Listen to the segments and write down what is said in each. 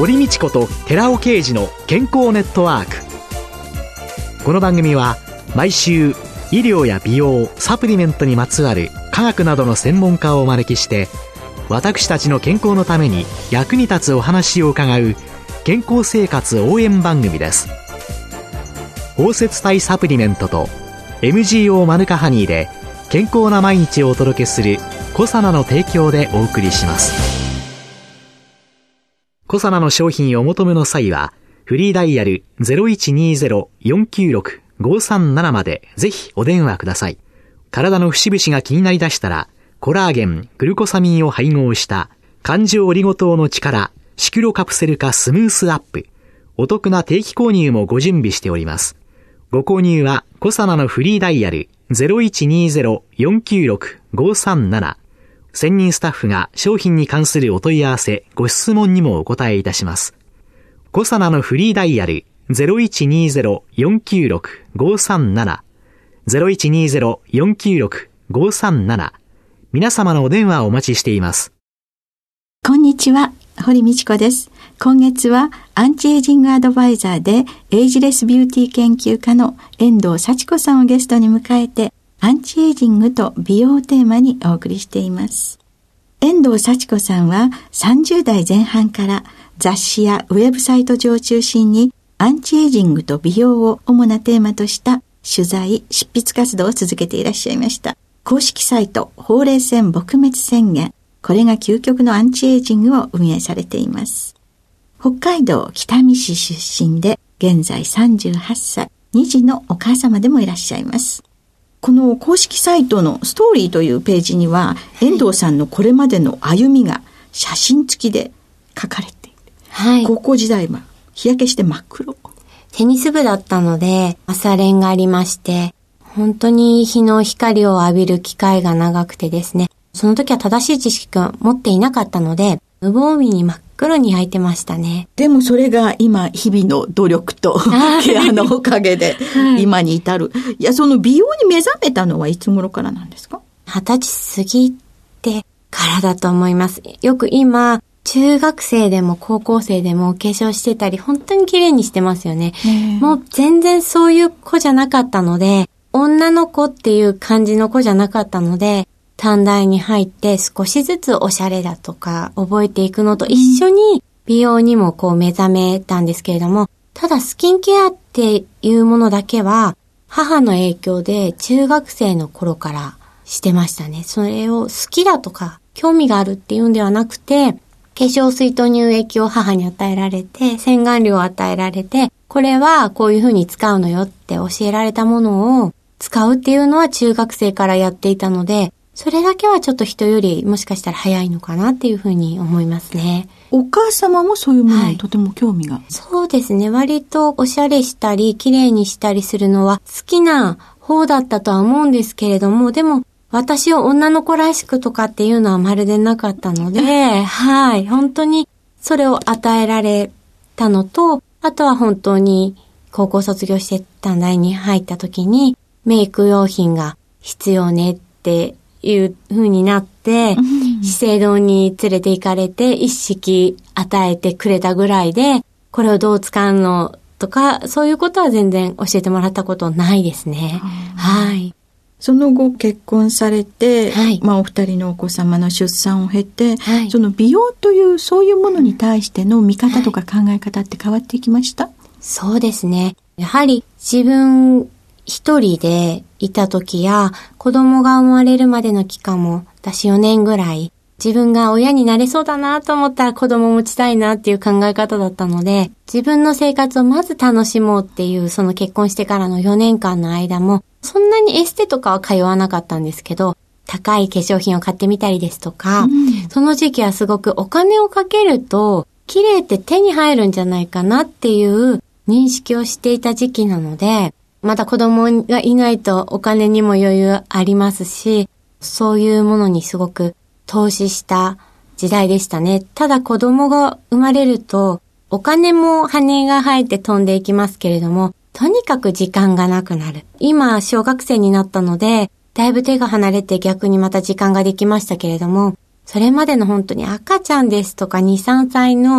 堀道子と寺尾啓二の健康ネットワーク。この番組は毎週医療や美容、サプリメントにまつわる科学などの専門家をお招きして、私たちの健康のために役に立つお話を伺う健康生活応援番組です。包摂体サプリメントと MGO マヌカハニーで健康な毎日をお届けするコサナの提供でお送りします。コサナの商品をお求めの際はフリーダイヤル 0120-496-537 までぜひお電話ください。体の節々が気になりだしたら、コラーゲン、グルコサミンを配合した環状オリゴ糖の力シクロカプセル化スムースアップ、お得な定期購入もご準備しております。ご購入はコサナのフリーダイヤル 0120-496-537、専任スタッフが商品に関するお問い合わせ、ご質問にもお答えいたします。コサナのフリーダイヤル 0120-496-537、0120-496-537、皆様のお電話をお待ちしています。 こんにちは、堀道子です。今月はアンチエイジングアドバイザーでエイジレスビューティー研究家の遠藤幸子さんをゲストに迎えて、アンチエイジングと美容をテーマにお送りしています。遠藤幸子さんは30代前半から雑誌やウェブサイト上を中心にアンチエイジングと美容を主なテーマとした取材・執筆活動を続けていらっしゃいました。公式サイトほうれい線撲滅宣言、これが究極のアンチエイジングを運営されています。北海道北見市出身で現在38歳、2児のお母様でもいらっしゃいます。この公式サイトのストーリーというページには、遠藤さんのこれまでの歩みが写真付きで書かれている。はい、高校時代は日焼けして真っ黒。 テニス部だったので朝練がありまして、本当に日の光を浴びる機会が長くてですね、その時は正しい知識を持っていなかったので、無防備に真っ黒に焼いてましたね。 でもそれが今日々の努力とケアのおかげで今に至る。いや、その美容に目覚めたのはいつ頃からなんですか ？20歳過ぎてからだと思います。よく今中学生でも高校生でもお化粧してたり本当に綺麗にしてますよね。もう全然そういう子じゃなかったので、女の子っていう感じの子じゃなかったので、短大に入って少しずつおしゃれだとか覚えていくのと一緒に美容にもこう目覚めたんですけれども、ただスキンケアっていうものだけは母の影響で中学生の頃からしてましたね。それを好きだとか興味があるっていうんではなくて、化粧水と乳液を母に与えられて、洗顔料を与えられて、これはこういう風に使うのよって教えられたものを使うっていうのは中学生からやっていたので、それだけはちょっと人よりもしかしたら早いのかなっていう風に思いますね。 お母様もそういうものにとても興味が、 そうですね。割とおしゃれしたり綺麗にしたりするのは好きな方だったとは思うんですけれども、でも私を女の子らしくとかっていうのはまるでなかったので、はい、本当にそれを与えられたのと、あとは本当に高校卒業して短大に入った時にメイク用品が必要ねっていう風になって、資生堂に連れて行かれて一式与えてくれたぐらいで、これをどう使うのとか、そういうことは全然教えてもらったことないですね。はい。 その後結婚されて、はい、お二人のお子様の出産を経て、はい、その美容というそういうものに対しての見方とか考え方って変わっていきました？ そうですね。やはり自分一人でいた時や子供が生まれるまでの期間も私4年ぐらい自分が親になれそうだなと思ったら子供を持ちたいなっていう考え方だったので、自分の生活をまず楽しもうっていうその結婚してからの4年間の間もそんなにエステとかは通わなかったんですけど、高い化粧品を買ってみたりですとか、その時期はすごくお金をかけると綺麗って手に入るんじゃないかなっていう認識をしていた時期なので、まだ子供がいないとお金にも余裕ありますし、そういうものにすごく投資した時代でしたね。ただ子供が生まれるとお金も羽が生えて飛んでいきますけれども、とにかく時間がなくなる。今小学生になったのでだいぶ手が離れて逆にまた時間ができましたけれども、それまでの本当に赤ちゃんですとか 2,3 歳の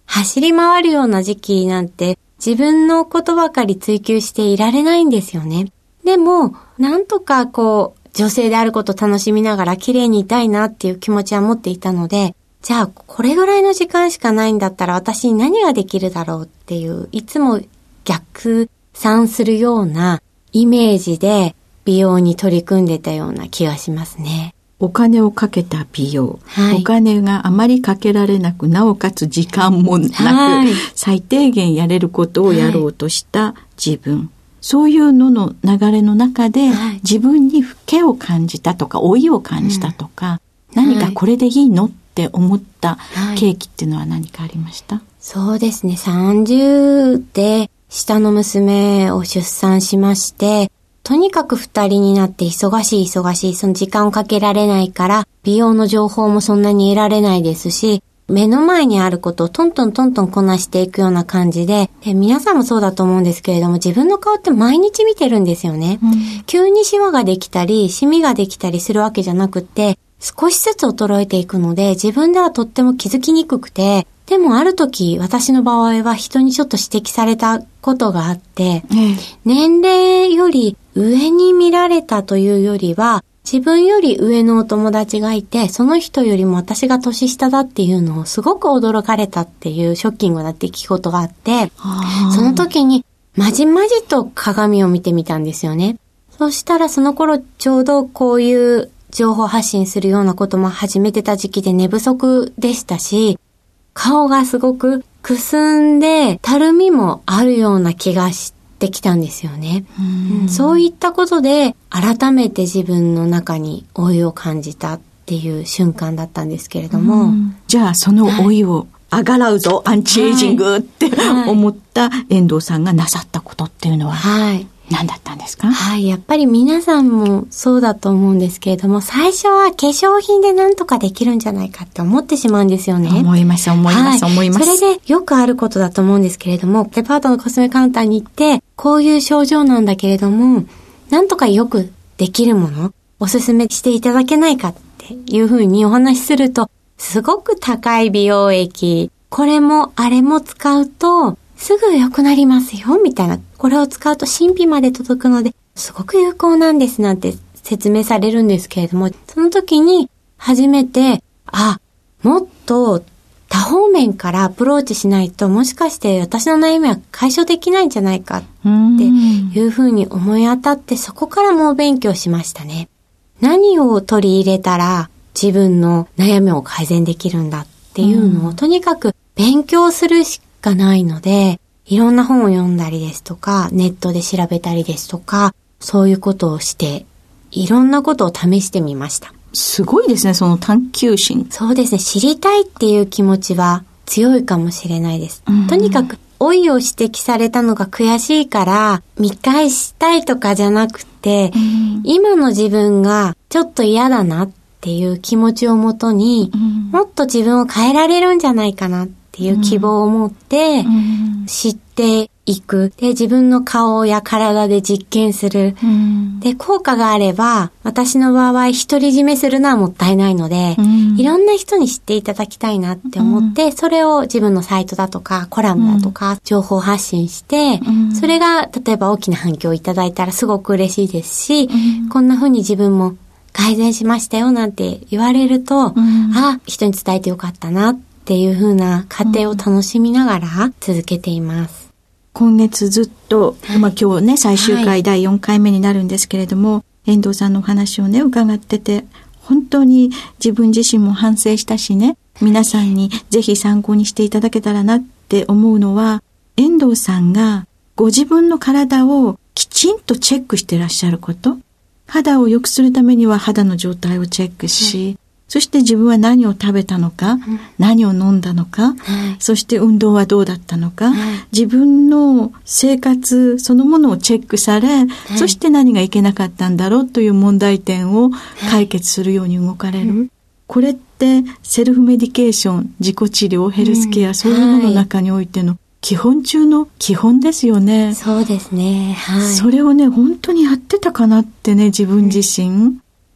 走り回るような時期なんて自分のことばかり追求していられないんですよね。でも、なんとか女性であることを楽しみながら綺麗にいたいなっていう気持ちは持っていたので、じゃあこれぐらいの時間しかないんだったら私に何ができるだろうっていう、いつも逆算するようなイメージで美容に取り組んでたような気がしますね。 お金をかけた美容、 はい、 お金があまりかけられなく、なおかつ時間もなく、 はい、 最低限やれることをやろうとした自分、はい、そういうのの流れの中で、はい、自分に老けを感じたとか老いを感じたとか、何かこれでいいのって思った契機っていうのは何かありました？ そうですね、30で下の娘を出産しまして、とにかく2人になって忙しい、その時間をかけられないから、美容の情報もそんなに得られないですし、目の前にあることをトントンこなしていくような感じで、皆さんもそうだと思うんですけれども、自分の顔って毎日見てるんですよね。急にシワができたり、シミができたりするわけじゃなくって、少しずつ衰えていくので、自分ではとっても気づきにくくて、でもある時、私の場合は人にちょっと指摘されたことがあって、年齢より上に見られたというよりは、自分より上のお友達がいて、その人よりも私が年下だっていうのをすごく驚かれたっていうショッキングな出来事があって、その時にまじまじと鏡を見てみたんですよね。そしたらその頃ちょうどこういう情報発信するようなことも始めてた時期で寝不足でしたし、顔がすごくくすんで、たるみもあるような気がしてきたんですよね。そういったことで、改めて自分の中に老いを感じたっていう瞬間だったんですけれども。 じゃあ、その老いをあがらうぞ、アンチエイジングって思った遠藤さんがなさったことっていうのは、何だったんですか？ はい、やっぱり皆さんもそうだと思うんですけれども、最初は化粧品で何とかできるんじゃないかって思ってしまうんですよね。 思います。それでよくあることだと思うんですけれども、デパートのコスメカウンターに行って、こういう症状なんだけれども、なんとかよくできるもの、おすすめしていただけないかっていうふうにお話しすると、すごく高い美容液、これもあれも使うと、すぐ良くなりますよ、みたいな。これを使うと真皮まで届くので、すごく有効なんですなんて説明されるんですけれども、その時に初めて、もっと多方面からアプローチしないと、もしかして私の悩みは解消できないんじゃないかっていうふうに思い当たって、そこからもう勉強しましたね。何を取り入れたら自分の悩みを改善できるんだっていうのを、とにかく勉強するしかないので、いろんな本を読んだりですとか、ネットで調べたりですとか、そういうことをして、いろんなことを試してみました。 すごいですね、その探求心。 そうですね、知りたいっていう気持ちは強いかもしれないです。とにかく、老いを指摘されたのが悔しいから、見返したいとかじゃなくて、今の自分がちょっと嫌だなっていう気持ちをもとに、もっと自分を変えられるんじゃないかなっていう希望を持って、知っていく。で、自分の顔や体で実験する。で、効果があれば、私の場合、独り占めするのはもったいないので、いろんな人に知っていただきたいなって思って、それを自分のサイトだとか、コラムだとか、情報発信して、それが、例えば大きな反響をいただいたらすごく嬉しいですし、こんな風に自分も改善しましたよなんて言われると、人に伝えてよかったなっていう風な過程を楽しみながら続けています。 今月ずっと、今日ね、最終回第4回目になるんですけれども、遠藤さんのお話をね、伺ってて、本当に自分自身も反省したしね、皆さんにぜひ参考にしていただけたらなって思うのは、遠藤さんがご自分の体をきちんとチェックしていらっしゃること、肌を良くするためには肌の状態をチェックし、そして自分は何を食べたのか、何を飲んだのか、そして運動はどうだったのか、自分の生活そのものをチェックされ、そして何がいけなかったんだろうという問題点を解決するように動かれる。これってセルフメディケーション、自己治療、ヘルスケア、そういうものの中においての基本中の基本ですよね。 そうですね。 それをね、本当にやってたかなってね、自分自身。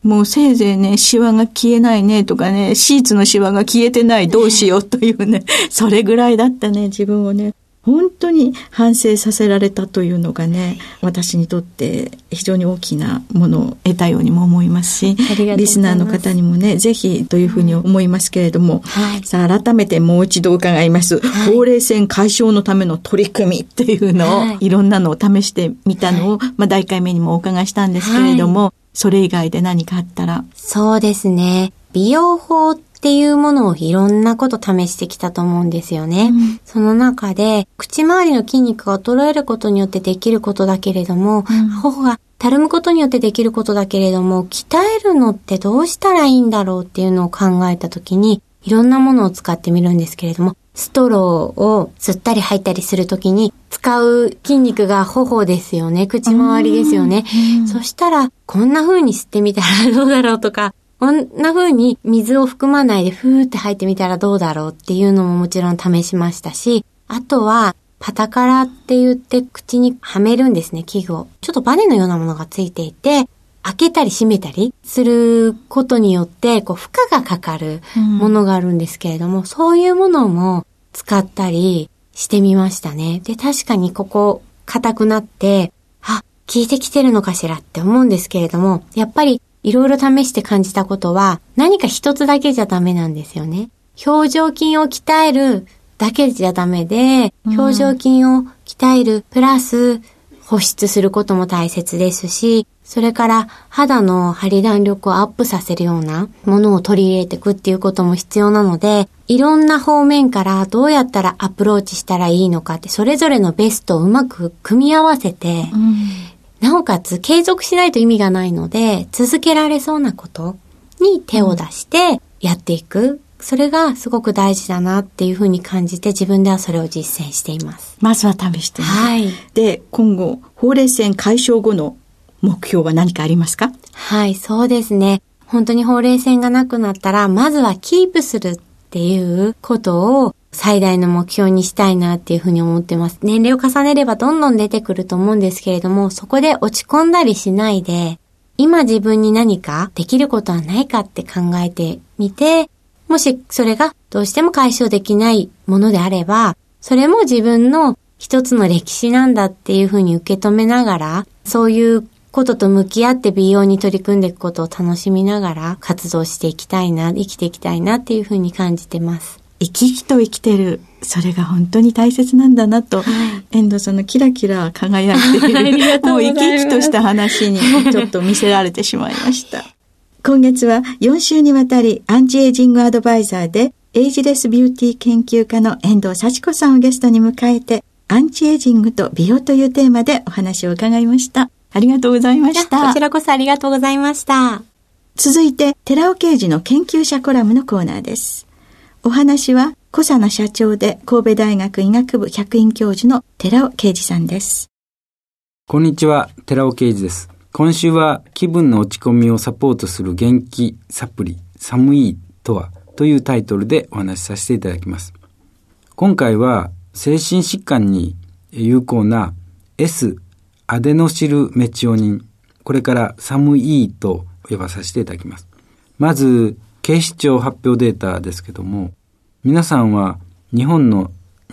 もうせいぜいね、シワが消えないねとかね、シーツのシワが消えてない、どうしようというね、それぐらいだったね、自分をね、本当に反省させられたというのがね、私にとって非常に大きなものを得たようにも思いますし、リスナーの方にもね、ぜひというふうに思いますけれども、さあ改めてもう一度伺います。ほうれい線解消のための取り組みっていうのを、いろんなのを試してみたのを、第1回目にもお伺いしたんですけれども、それ以外で何かあったら。 そうですね。美容法っていうものをいろんなこと試してきたと思うんですよね。その中で、口周りの筋肉が衰えることによってできることだけれども、頬がたるむことによってできることだけれども、鍛えるのってどうしたらいいんだろうっていうのを考えたときに、いろんなものを使ってみるんですけれども、ストローを吸ったり吐いたりするときに使う筋肉が頬ですよね。口周りですよね。そしたら、こんな風に吸ってみたらどうだろうとか、こんな風に水を含まないでふーって吐いてみたらどうだろうっていうのももちろん試しましたし、あとはパタカラって言って口にはめるんですね、器具を。ちょっとバネのようなものがついていて、開けたり閉めたりすることによって負荷がかかるものがあるんですけれども、そういうものも使ったりしてみましたね。で、確かにここ硬くなって、効いてきてるのかしらって思うんですけれども、やっぱりいろいろ試して感じたことは、何か一つだけじゃダメなんですよね。表情筋を鍛えるだけじゃダメで、表情筋を鍛えるプラス保湿することも大切ですし、それから肌の張り弾力をアップさせるようなものを取り入れていくっていうことも必要なので、いろんな方面からどうやったらアプローチしたらいいのかって、それぞれのベストをうまく組み合わせて、なおかつ継続しないと意味がないので、続けられそうなことに手を出してやっていく。それがすごく大事だなっていうふうに感じて、自分ではそれを実践しています。 まずは試してみる。で、今後、ほうれい線解消後の目標は何かありますか？ はい、そうですね。本当にほうれい線がなくなったら、まずはキープするっていうことを最大の目標にしたいなっていうふうに思ってます。年齢を重ねればどんどん出てくると思うんですけれども、そこで落ち込んだりしないで、今自分に何かできることはないかって考えてみて、もしそれがどうしても解消できないものであれば、それも自分の一つの歴史なんだっていうふうに受け止めながら、そういうことと向き合って美容に取り組んでいくことを楽しみながら活動していきたいな、生きていきたいなっていうふうに感じてます。 生き生きと生きてる、それが本当に大切なんだなと、遠藤さんのキラキラ輝いているもう生き生きとした話にちょっと見せられてしまいました。今月は4週にわたりアンチエイジングアドバイザーでエイジレスビューティー研究家の遠藤幸子さんをゲストに迎えて、アンチエイジングと美容というテーマでお話を伺いました。ありがとうございました。 こちらこそありがとうございました。 続いて寺尾啓二の研究者コラムのコーナーです。お話は小佐奈社長で神戸大学医学部客員教授の寺尾啓二さんです。 こんにちは、寺尾啓二です。今週は気分の落ち込みをサポートする元気サプリサムイーとはというタイトルでお話しさせていただきます。今回は精神疾患に有効な S アデノシルメチオニン、これからサムイーと呼ばさせていただきます。まず警視庁発表データですけども、皆さんは日本の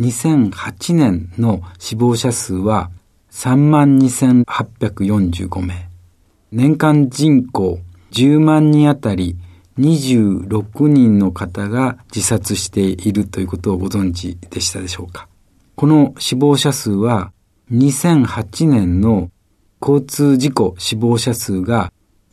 2008年の死亡者数は32,845名。年間人口10万人あたり26人の方が自殺しているということをご存知でしたでしょうか。この死亡者数は2008年の交通事故死亡者数が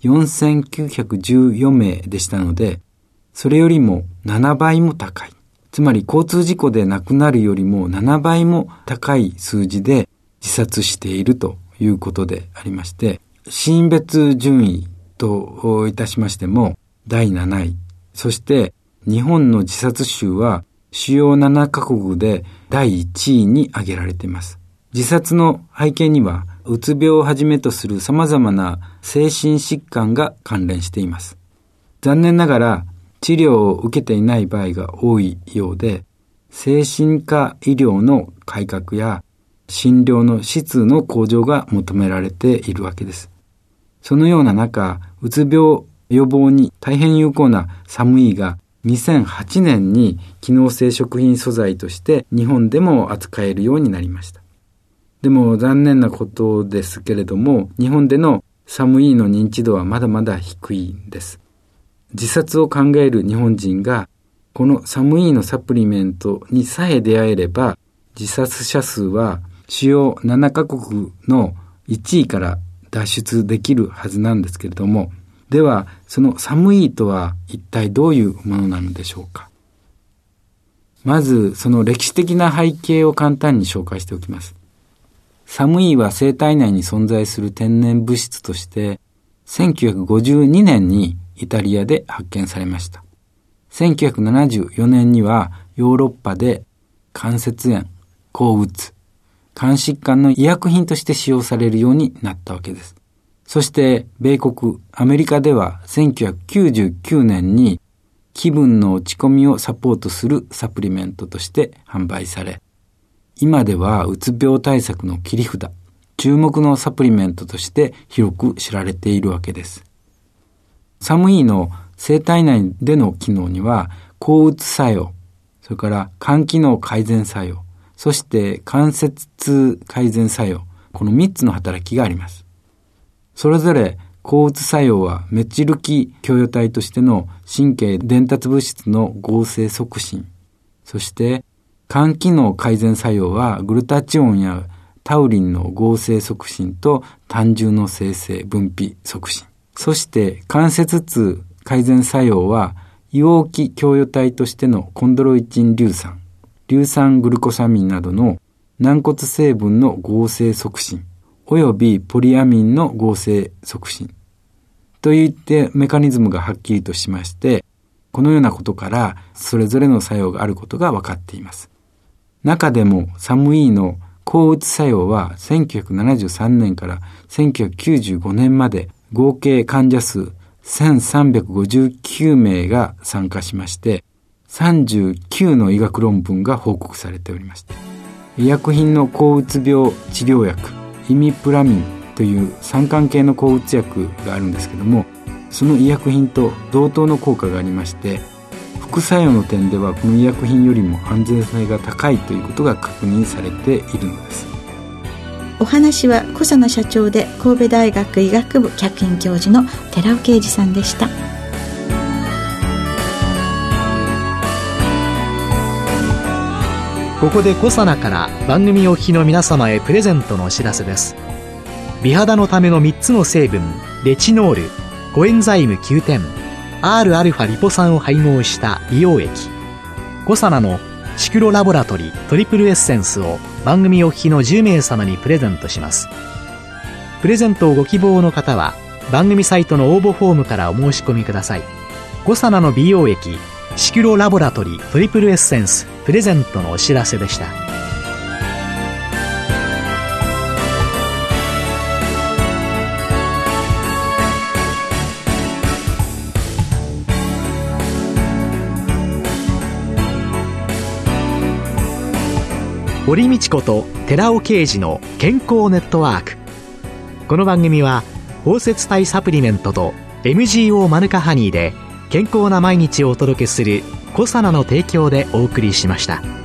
4,914名でしたので、それよりも7倍も高い。つまり交通事故で亡くなるよりも7倍も高い数字で自殺しているということでありまして、死因別順位といたしましても第7位。そして日本の自殺数は主要7カ国で第1位に挙げられています。自殺の背景にはうつ病をはじめとする様々な精神疾患が関連しています。残念ながら治療を受けていない場合が多いようで、精神科医療の改革や診療の質の向上が求められているわけです。そのような中、うつ病予防に大変有効なサムイが2008年に機能性食品素材として日本でも扱えるようになりました。でも残念なことですけれども、日本でのサムイの認知度はまだまだ低いんです。自殺を考える日本人がこのサムイのサプリメントにさえ出会えれば、自殺者数は主要7カ国の1位から脱出できるはずなんですけれども、ではそのサムイとは一体どういうものなのでしょうか。まずその歴史的な背景を簡単に紹介しておきます。サムイは生体内に存在する天然物質として1952年にイタリアで発見されました。1974年にはヨーロッパで関節炎、抗うつ、肝疾患の医薬品として使用されるようになったわけです。そして米国、アメリカでは1999年に気分の落ち込みをサポートするサプリメントとして販売され、今ではうつ病対策の切り札、注目のサプリメントとして広く知られているわけです。サムイの生体内での機能には抗うつ作用、それから肝機能改善作用、そして関節痛改善作用、この3つの働きがあります。それぞれ抗うつ作用はメチル基共与体としての神経伝達物質の合成促進、そして肝機能改善作用はグルタチオンやタウリンの合成促進と胆汁の生成分泌促進、そして関節痛改善作用は硫黄基共与体としてのコンドロイチン硫酸、硫酸グルコサミンなどの軟骨成分の合成促進およびポリアミンの合成促進といったメカニズムがはっきりとしまして、このようなことからそれぞれの作用があることが分かっています。中でもサムイの抗うつ作用は1973年から1995年まで合計患者数1359名が参加しまして、39の医学論文が報告されておりました。医薬品の抗うつ病治療薬イミプラミンという酸化系の抗うつ薬があるんですけども、その医薬品と同等の効果がありまして、副作用の点ではこの医薬品よりも安全性が高いということが確認されているのです。 お話は小佐野社長で神戸大学医学部客員教授の寺尾啓二さんでした。 ここでコサナから番組お聞きの皆様へプレゼントのお知らせです。美肌のための3つの成分レチノール、コエンザイム9点、Rα リポ酸を配合した美容液、コサナのシクロラボラトリトリプルエッセンスを番組お聞きの10名様にプレゼントします。プレゼントをご希望の方は番組サイトの応募フォームからお申し込みください。コサナの美容液シクロラボラトリトリプルエッセンスプレゼントのお知らせでした。堀道子と寺尾啓二の健康ネットワーク。この番組は包摂体サプリメントと MGO マヌカハニーで健康な毎日をお届けするコサナの提供でお送りしました。